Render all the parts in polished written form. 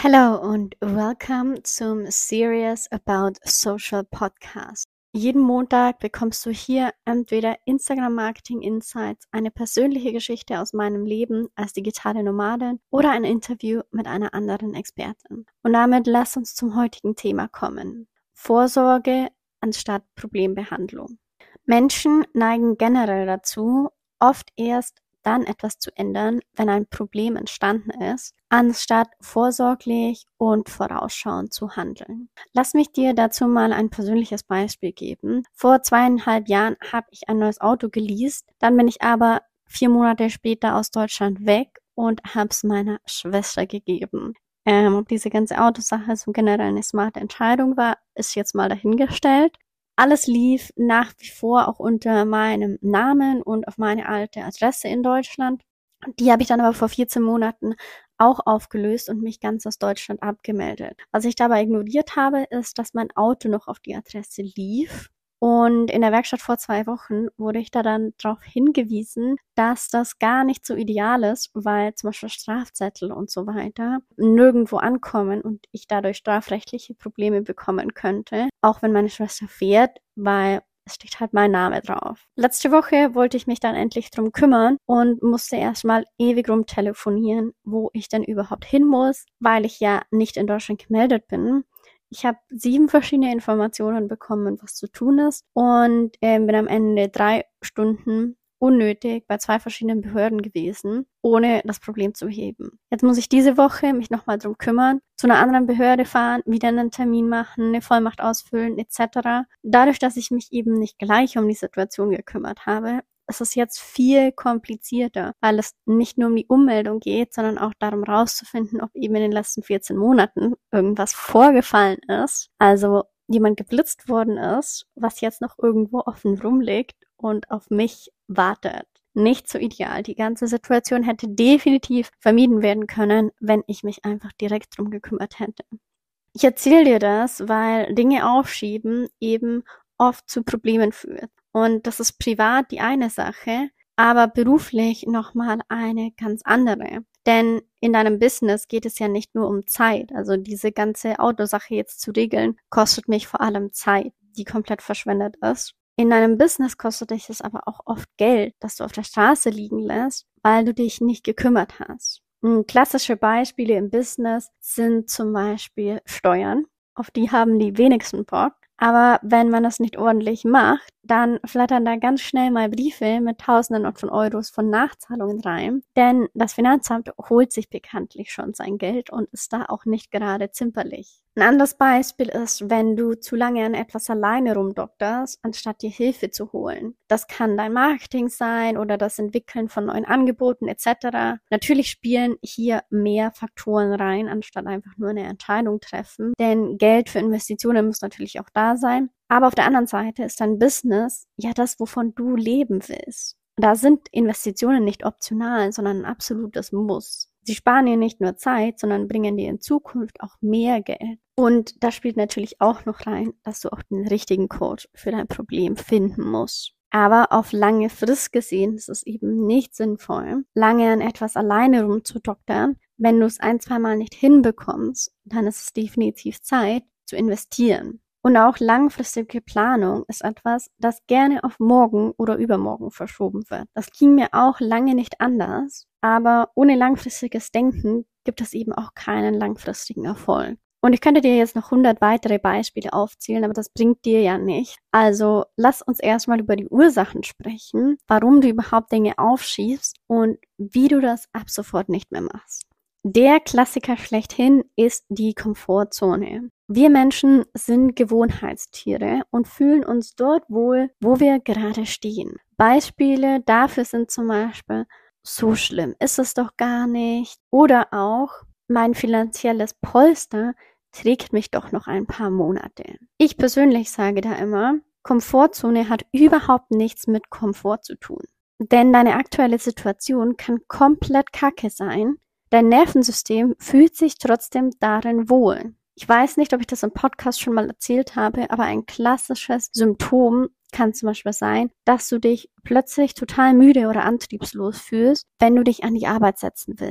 Hello und welcome zum Serious About Social Podcast. Jeden Montag bekommst du hier entweder Instagram Marketing Insights, eine persönliche Geschichte aus meinem Leben als digitale Nomadin oder ein Interview mit einer anderen Expertin. Und damit lass uns zum heutigen Thema kommen. Vorsorge anstatt Problembehandlung. Menschen neigen generell dazu, oft erst dann etwas zu ändern, wenn ein Problem entstanden ist, anstatt vorsorglich und vorausschauend zu handeln. Lass mich dir dazu mal ein persönliches Beispiel geben. Vor 2,5 Jahren habe ich ein neues Auto geleast, dann bin ich aber 4 Monate später aus Deutschland weg und habe es meiner Schwester gegeben. Ob diese ganze Autosache so generell eine smarte Entscheidung war, ist jetzt mal dahingestellt. Alles lief nach wie vor auch unter meinem Namen und auf meine alte Adresse in Deutschland. Die habe ich dann aber vor 14 Monaten auch aufgelöst und mich ganz aus Deutschland abgemeldet. Was ich dabei ignoriert habe, ist, dass mein Auto noch auf die Adresse lief. Und in der Werkstatt vor 2 Wochen wurde ich da dann darauf hingewiesen, dass das gar nicht so ideal ist, weil zum Beispiel Strafzettel und so weiter nirgendwo ankommen und ich dadurch strafrechtliche Probleme bekommen könnte, auch wenn meine Schwester fährt, weil es steht halt mein Name drauf. Letzte Woche wollte ich mich dann endlich drum kümmern und musste erstmal ewig rumtelefonieren, wo ich denn überhaupt hin muss, weil ich ja nicht in Deutschland gemeldet bin. Ich habe 7 verschiedene Informationen bekommen, was zu tun ist und bin am Ende 3 Stunden unnötig bei 2 verschiedenen Behörden gewesen, ohne das Problem zu beheben. Jetzt muss ich diese Woche mich nochmal drum kümmern, zu einer anderen Behörde fahren, wieder einen Termin machen, eine Vollmacht ausfüllen etc. Dadurch, dass ich mich eben nicht gleich um die Situation gekümmert habe, es ist jetzt viel komplizierter, weil es nicht nur um die Ummeldung geht, sondern auch darum rauszufinden, ob eben in den letzten 14 Monaten irgendwas vorgefallen ist, also jemand geblitzt worden ist, was jetzt noch irgendwo offen rumliegt und auf mich wartet. Nicht so ideal. Die ganze Situation hätte definitiv vermieden werden können, wenn ich mich einfach direkt drum gekümmert hätte. Ich erzähle dir das, weil Dinge aufschieben eben oft zu Problemen führt. Und das ist privat die eine Sache, aber beruflich nochmal eine ganz andere. Denn in deinem Business geht es ja nicht nur um Zeit. Also diese ganze Autosache jetzt zu regeln, kostet mich vor allem Zeit, die komplett verschwendet ist. In deinem Business kostet dich es aber auch oft Geld, das du auf der Straße liegen lässt, weil du dich nicht gekümmert hast. Klassische Beispiele im Business sind zum Beispiel Steuern. Auf die haben die wenigsten Bock. Aber wenn man das nicht ordentlich macht, dann flattern da ganz schnell mal Briefe mit Tausenden von Euros von Nachzahlungen rein. Denn das Finanzamt holt sich bekanntlich schon sein Geld und ist da auch nicht gerade zimperlich. Ein anderes Beispiel ist, wenn du zu lange an etwas alleine rumdokterst, anstatt dir Hilfe zu holen. Das kann dein Marketing sein oder das Entwickeln von neuen Angeboten etc. Natürlich spielen hier mehr Faktoren rein, anstatt einfach nur eine Entscheidung treffen. Denn Geld für Investitionen muss natürlich auch da sein. Aber auf der anderen Seite ist dein Business ja das, wovon du leben willst. Da sind Investitionen nicht optional, sondern ein absolutes Muss. Sie sparen dir nicht nur Zeit, sondern bringen dir in Zukunft auch mehr Geld. Und da spielt natürlich auch noch rein, dass du auch den richtigen Coach für dein Problem finden musst. Aber auf lange Frist gesehen ist es eben nicht sinnvoll, lange an etwas alleine rumzudoktern. Wenn du es 1-2 Mal nicht hinbekommst, dann ist es definitiv Zeit zu investieren. Und auch langfristige Planung ist etwas, das gerne auf morgen oder übermorgen verschoben wird. Das ging mir auch lange nicht anders, aber ohne langfristiges Denken gibt es eben auch keinen langfristigen Erfolg. Und ich könnte dir jetzt noch 100 weitere Beispiele aufzählen, aber das bringt dir ja nicht. Also lass uns erstmal über die Ursachen sprechen, warum du überhaupt Dinge aufschiebst und wie du das ab sofort nicht mehr machst. Der Klassiker schlechthin ist die Komfortzone. Wir Menschen sind Gewohnheitstiere und fühlen uns dort wohl, wo wir gerade stehen. Beispiele dafür sind zum Beispiel, so schlimm ist es doch gar nicht. Oder auch, mein finanzielles Polster trägt mich doch noch ein paar Monate. Ich persönlich sage da immer, Komfortzone hat überhaupt nichts mit Komfort zu tun. Denn deine aktuelle Situation kann komplett kacke sein. Dein Nervensystem fühlt sich trotzdem darin wohl. Ich weiß nicht, ob ich das im Podcast schon mal erzählt habe, aber ein klassisches Symptom kann zum Beispiel sein, dass du dich plötzlich total müde oder antriebslos fühlst, wenn du dich an die Arbeit setzen willst.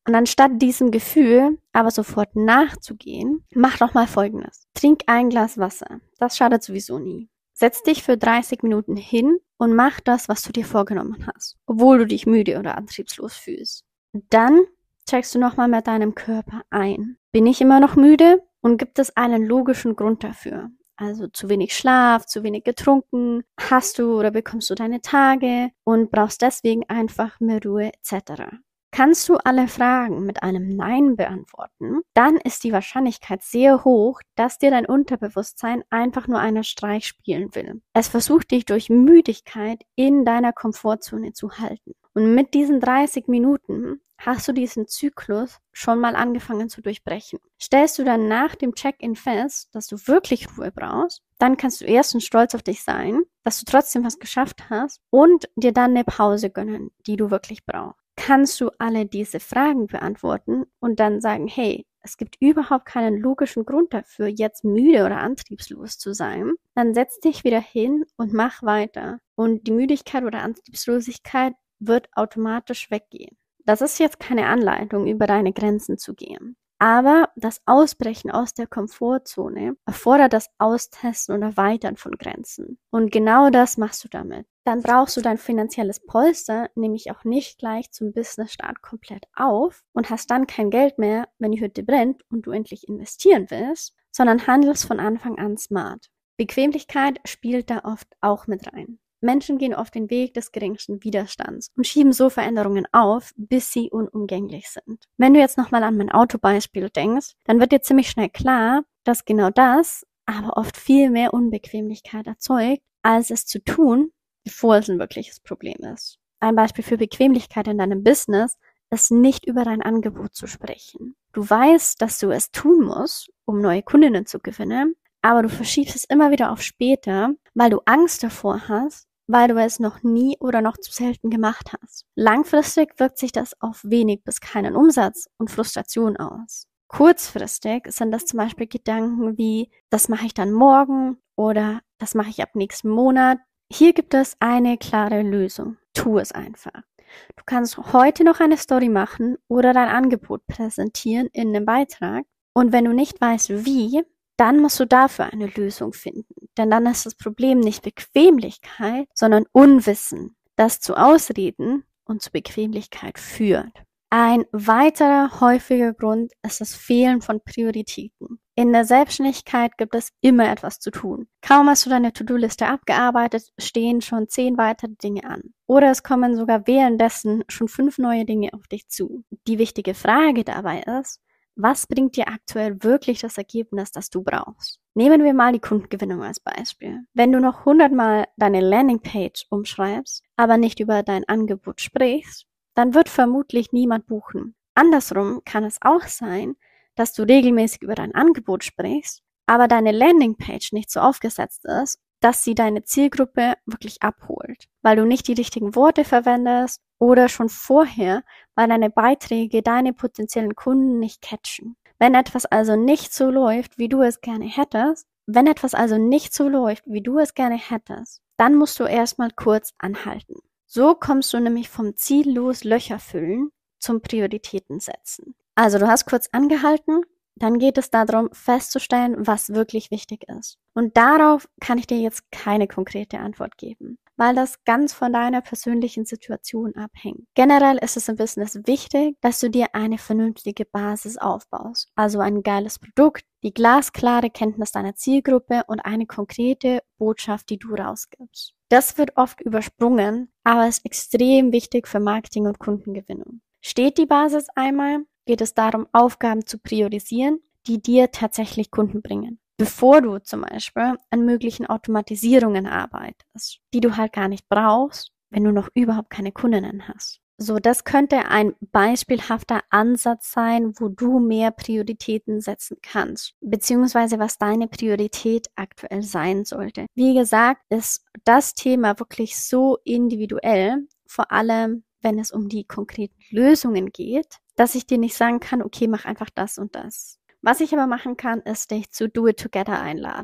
Und anstatt diesem Gefühl aber sofort nachzugehen, mach doch mal Folgendes. Trink ein Glas Wasser. Das schadet sowieso nie. Setz dich für 30 Minuten hin und mach das, was du dir vorgenommen hast, obwohl du dich müde oder antriebslos fühlst. Dann checkst du nochmal mit deinem Körper ein. Bin ich immer noch müde? Und gibt es einen logischen Grund dafür? Also zu wenig Schlaf, zu wenig getrunken, hast du oder bekommst du deine Tage und brauchst deswegen einfach mehr Ruhe etc. Kannst du alle Fragen mit einem Nein beantworten, dann ist die Wahrscheinlichkeit sehr hoch, dass dir dein Unterbewusstsein einfach nur einen Streich spielen will. Es versucht dich durch Müdigkeit in deiner Komfortzone zu halten. Und mit diesen 30 Minuten hast du diesen Zyklus schon mal angefangen zu durchbrechen. Stellst du dann nach dem Check-in fest, dass du wirklich Ruhe brauchst, dann kannst du erstens stolz auf dich sein, dass du trotzdem was geschafft hast und dir dann eine Pause gönnen, die du wirklich brauchst. Kannst du alle diese Fragen beantworten und dann sagen, hey, es gibt überhaupt keinen logischen Grund dafür, jetzt müde oder antriebslos zu sein, dann setz dich wieder hin und mach weiter. Und die Müdigkeit oder Antriebslosigkeit wird automatisch weggehen. Das ist jetzt keine Anleitung, über deine Grenzen zu gehen. Aber das Ausbrechen aus der Komfortzone erfordert das Austesten und Erweitern von Grenzen. Und genau das machst du damit. Dann brauchst du dein finanzielles Polster nämlich auch nicht gleich zum Businessstart komplett auf und hast dann kein Geld mehr, wenn die Hütte brennt und du endlich investieren willst, sondern handelst von Anfang an smart. Bequemlichkeit spielt da oft auch mit rein. Menschen gehen oft den Weg des geringsten Widerstands und schieben so Veränderungen auf, bis sie unumgänglich sind. Wenn du jetzt nochmal an mein Autobeispiel denkst, dann wird dir ziemlich schnell klar, dass genau das aber oft viel mehr Unbequemlichkeit erzeugt, als es zu tun, bevor es ein wirkliches Problem ist. Ein Beispiel für Bequemlichkeit in deinem Business ist, nicht über dein Angebot zu sprechen. Du weißt, dass du es tun musst, um neue Kundinnen zu gewinnen, aber du verschiebst es immer wieder auf später, weil du Angst davor hast, weil du es noch nie oder noch zu selten gemacht hast. Langfristig wirkt sich das auf wenig bis keinen Umsatz und Frustration aus. Kurzfristig sind das zum Beispiel Gedanken wie, das mache ich dann morgen oder das mache ich ab nächsten Monat. Hier gibt es eine klare Lösung. Tu es einfach. Du kannst heute noch eine Story machen oder dein Angebot präsentieren in einem Beitrag. Und wenn du nicht weißt, wie, dann musst du dafür eine Lösung finden. Denn dann ist das Problem nicht Bequemlichkeit, sondern Unwissen, das zu Ausreden und zu Bequemlichkeit führt. Ein weiterer häufiger Grund ist das Fehlen von Prioritäten. In der Selbstständigkeit gibt es immer etwas zu tun. Kaum hast du deine To-Do-Liste abgearbeitet, stehen schon 10 weitere Dinge an. Oder es kommen sogar währenddessen schon 5 neue Dinge auf dich zu. Die wichtige Frage dabei ist, was bringt dir aktuell wirklich das Ergebnis, das du brauchst? Nehmen wir mal die Kundengewinnung als Beispiel. Wenn du noch 100 Mal deine Landingpage umschreibst, aber nicht über dein Angebot sprichst, dann wird vermutlich niemand buchen. Andersrum kann es auch sein, dass du regelmäßig über dein Angebot sprichst, aber deine Landingpage nicht so aufgesetzt ist, dass sie deine Zielgruppe wirklich abholt, weil du nicht die richtigen Worte verwendest oder schon vorher, weil deine Beiträge deine potenziellen Kunden nicht catchen. Wenn etwas also nicht so läuft, wie du es gerne hättest, dann musst du erstmal kurz anhalten. So kommst du nämlich vom Ziel los Löcher füllen zum Prioritäten setzen. Also du hast kurz angehalten, dann geht es darum, festzustellen, was wirklich wichtig ist. Und darauf kann ich dir jetzt keine konkrete Antwort geben, weil das ganz von deiner persönlichen Situation abhängt. Generell ist es im Business wichtig, dass du dir eine vernünftige Basis aufbaust. Also ein geiles Produkt, die glasklare Kenntnis deiner Zielgruppe und eine konkrete Botschaft, die du rausgibst. Das wird oft übersprungen, aber ist extrem wichtig für Marketing und Kundengewinnung. Steht die Basis einmal, geht es darum, Aufgaben zu priorisieren, die dir tatsächlich Kunden bringen. Bevor du zum Beispiel an möglichen Automatisierungen arbeitest, die du halt gar nicht brauchst, wenn du noch überhaupt keine Kundinnen hast. So, das könnte ein beispielhafter Ansatz sein, wo du mehr Prioritäten setzen kannst, beziehungsweise was deine Priorität aktuell sein sollte. Wie gesagt, ist das Thema wirklich so individuell, vor allem wenn es um die konkreten Lösungen geht, dass ich dir nicht sagen kann, okay, mach einfach das und das. Was ich aber machen kann, ist dich zu Do It Together einladen.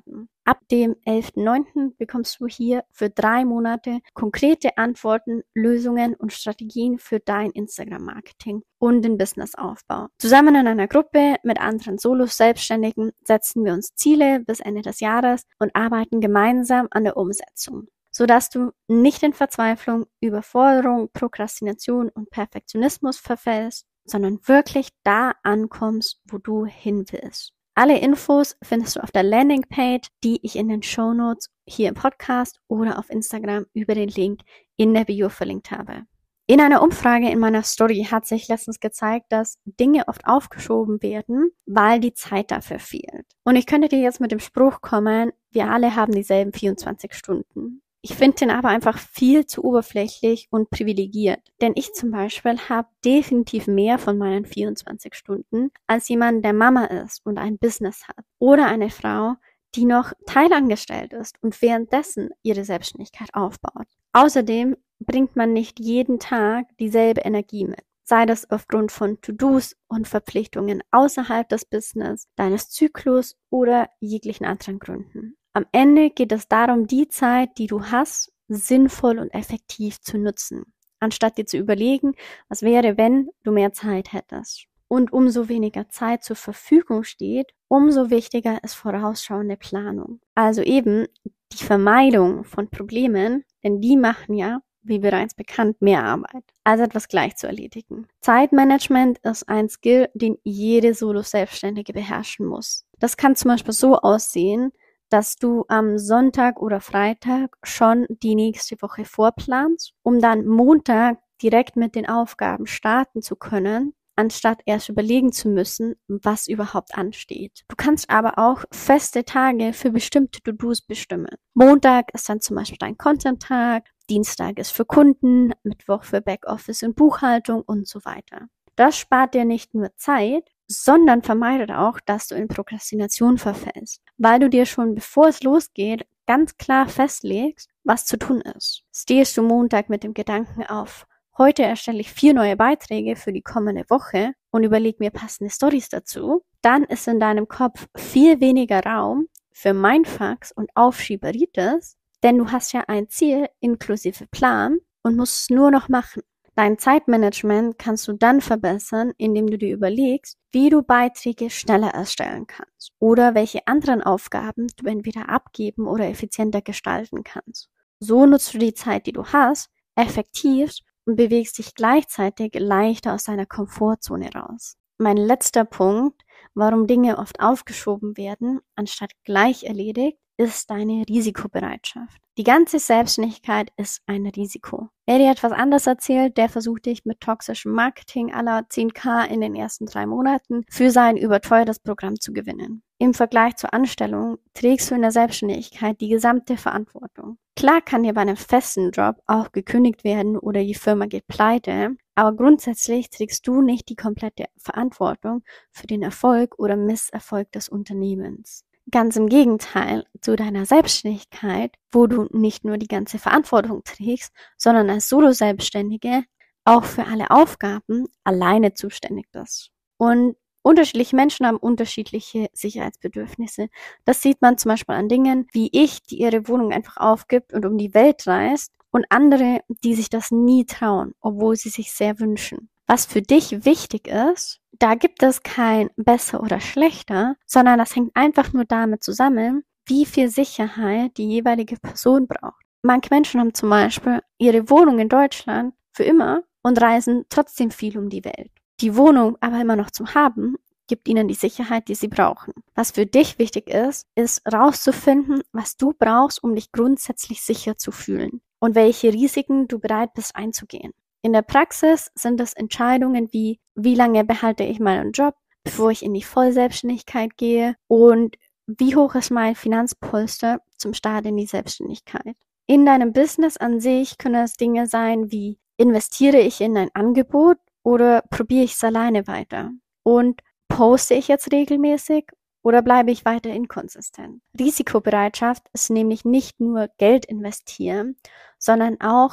Ab dem 11.09. bekommst du hier für 3 Monate konkrete Antworten, Lösungen und Strategien für dein Instagram-Marketing und den Businessaufbau. Zusammen in einer Gruppe mit anderen Solo-Selbstständigen setzen wir uns Ziele bis Ende des Jahres und arbeiten gemeinsam an der Umsetzung, sodass du nicht in Verzweiflung, Überforderung, Prokrastination und Perfektionismus verfällst, sondern wirklich da ankommst, wo du hin willst. Alle Infos findest du auf der Landingpage, die ich in den Shownotes hier im Podcast oder auf Instagram über den Link in der Bio verlinkt habe. In einer Umfrage in meiner Story hat sich letztens gezeigt, dass Dinge oft aufgeschoben werden, weil die Zeit dafür fehlt. Und ich könnte dir jetzt mit dem Spruch kommen, wir alle haben dieselben 24 Stunden. Ich finde den aber einfach viel zu oberflächlich und privilegiert. Denn ich zum Beispiel habe definitiv mehr von meinen 24 Stunden als jemand, der Mama ist und ein Business hat. Oder eine Frau, die noch teilangestellt ist und währenddessen ihre Selbstständigkeit aufbaut. Außerdem bringt man nicht jeden Tag dieselbe Energie mit. Sei das aufgrund von To-Dos und Verpflichtungen außerhalb des Business, deines Zyklus oder jeglichen anderen Gründen. Am Ende geht es darum, die Zeit, die du hast, sinnvoll und effektiv zu nutzen, anstatt dir zu überlegen, was wäre, wenn du mehr Zeit hättest. Und umso weniger Zeit zur Verfügung steht, umso wichtiger ist vorausschauende Planung. Also eben die Vermeidung von Problemen, denn die machen ja, wie bereits bekannt, mehr Arbeit, als etwas gleich zu erledigen. Zeitmanagement ist ein Skill, den jede Solo-Selbstständige beherrschen muss. Das kann zum Beispiel so aussehen, dass du am Sonntag oder Freitag schon die nächste Woche vorplanst, um dann Montag direkt mit den Aufgaben starten zu können, anstatt erst überlegen zu müssen, was überhaupt ansteht. Du kannst aber auch feste Tage für bestimmte To-Dos bestimmen. Montag ist dann zum Beispiel dein Content-Tag, Dienstag ist für Kunden, Mittwoch für Backoffice und Buchhaltung und so weiter. Das spart dir nicht nur Zeit, sondern vermeidet auch, dass du in Prokrastination verfällst, weil du dir schon, bevor es losgeht, ganz klar festlegst, was zu tun ist. Stehst du Montag mit dem Gedanken auf, heute erstelle ich 4 neue Beiträge für die kommende Woche und überlege mir passende Storys dazu, dann ist in deinem Kopf viel weniger Raum für Mindfucks und Aufschieberitis, denn du hast ja ein Ziel inklusive Plan und musst es nur noch machen. Dein Zeitmanagement kannst du dann verbessern, indem du dir überlegst, wie du Beiträge schneller erstellen kannst oder welche anderen Aufgaben du entweder abgeben oder effizienter gestalten kannst. So nutzt du die Zeit, die du hast, effektiv und bewegst dich gleichzeitig leichter aus deiner Komfortzone raus. Mein letzter Punkt, warum Dinge oft aufgeschoben werden, anstatt gleich erledigt, ist deine Risikobereitschaft. Die ganze Selbstständigkeit ist ein Risiko. Wer dir etwas anderes erzählt, der versucht dich mit toxischem Marketing à la 10.000 in den ersten 3 Monaten für sein überteuertes Programm zu gewinnen. Im Vergleich zur Anstellung trägst du in der Selbstständigkeit die gesamte Verantwortung. Klar kann dir bei einem festen Job auch gekündigt werden oder die Firma geht pleite, aber grundsätzlich trägst du nicht die komplette Verantwortung für den Erfolg oder Misserfolg des Unternehmens. Ganz im Gegenteil zu deiner Selbstständigkeit, wo du nicht nur die ganze Verantwortung trägst, sondern als Solo-Selbstständige auch für alle Aufgaben alleine zuständig bist. Und unterschiedliche Menschen haben unterschiedliche Sicherheitsbedürfnisse. Das sieht man zum Beispiel an Dingen wie ich, die ihre Wohnung einfach aufgibt und um die Welt reist, und andere, die sich das nie trauen, obwohl sie sich sehr wünschen. Was für dich wichtig ist, da gibt es kein besser oder schlechter, sondern das hängt einfach nur damit zusammen, wie viel Sicherheit die jeweilige Person braucht. Manche Menschen haben zum Beispiel ihre Wohnung in Deutschland für immer und reisen trotzdem viel um die Welt. Die Wohnung aber immer noch zu haben, gibt ihnen die Sicherheit, die sie brauchen. Was für dich wichtig ist rauszufinden, was du brauchst, um dich grundsätzlich sicher zu fühlen und welche Risiken du bereit bist einzugehen. In der Praxis sind es Entscheidungen wie lange behalte ich meinen Job, bevor ich in die Vollselbstständigkeit gehe, und wie hoch ist mein Finanzpolster zum Start in die Selbstständigkeit. In deinem Business an sich können es Dinge sein wie, investiere ich in ein Angebot oder probiere ich es alleine weiter? Und poste ich jetzt regelmäßig oder bleibe ich weiter inkonsistent? Risikobereitschaft ist nämlich nicht nur Geld investieren, sondern auch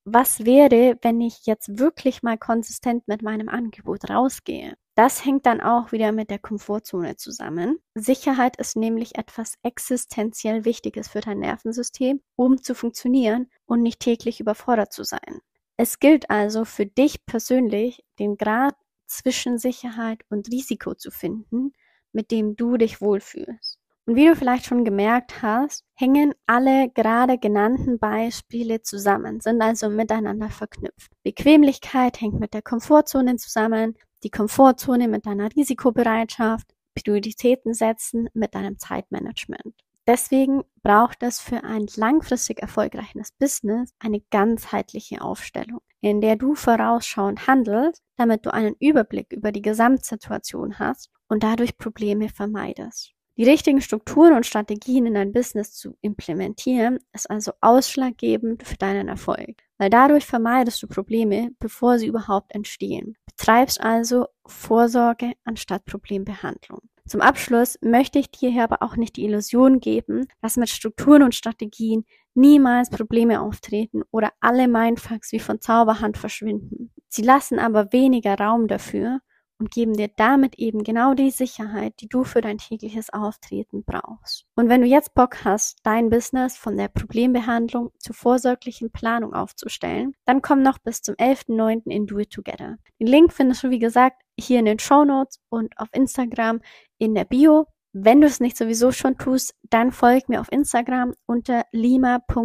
was wäre, wenn ich jetzt wirklich mal konsistent mit meinem Angebot rausgehe? Das hängt dann auch wieder mit der Komfortzone zusammen. Sicherheit ist nämlich etwas existenziell Wichtiges für dein Nervensystem, um zu funktionieren und nicht täglich überfordert zu sein. Es gilt also für dich persönlich, den Grad zwischen Sicherheit und Risiko zu finden, mit dem du dich wohlfühlst. Und wie du vielleicht schon gemerkt hast, hängen alle gerade genannten Beispiele zusammen, sind also miteinander verknüpft. Bequemlichkeit hängt mit der Komfortzone zusammen, die Komfortzone mit deiner Risikobereitschaft, Prioritäten setzen mit deinem Zeitmanagement. Deswegen braucht es für ein langfristig erfolgreiches Business eine ganzheitliche Aufstellung, in der du vorausschauend handelst, damit du einen Überblick über die Gesamtsituation hast und dadurch Probleme vermeidest. Die richtigen Strukturen und Strategien in dein Business zu implementieren, ist also ausschlaggebend für deinen Erfolg, weil dadurch vermeidest du Probleme, bevor sie überhaupt entstehen. Betreibst also Vorsorge anstatt Problembehandlung. Zum Abschluss möchte ich dir hier aber auch nicht die Illusion geben, dass mit Strukturen und Strategien niemals Probleme auftreten oder alle Mindfucks wie von Zauberhand verschwinden. Sie lassen aber weniger Raum dafür und geben dir damit eben genau die Sicherheit, die du für dein tägliches Auftreten brauchst. Und wenn du jetzt Bock hast, dein Business von der Problembehandlung zur vorsorglichen Planung aufzustellen, dann komm noch bis zum 11.09. in Do It Together. Den Link findest du, wie gesagt, hier in den Shownotes und auf Instagram in der Bio. Wenn du es nicht sowieso schon tust, dann folg mir auf Instagram unter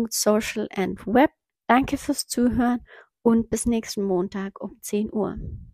lima.socialandweb. Danke fürs Zuhören und bis nächsten Montag um 10 Uhr.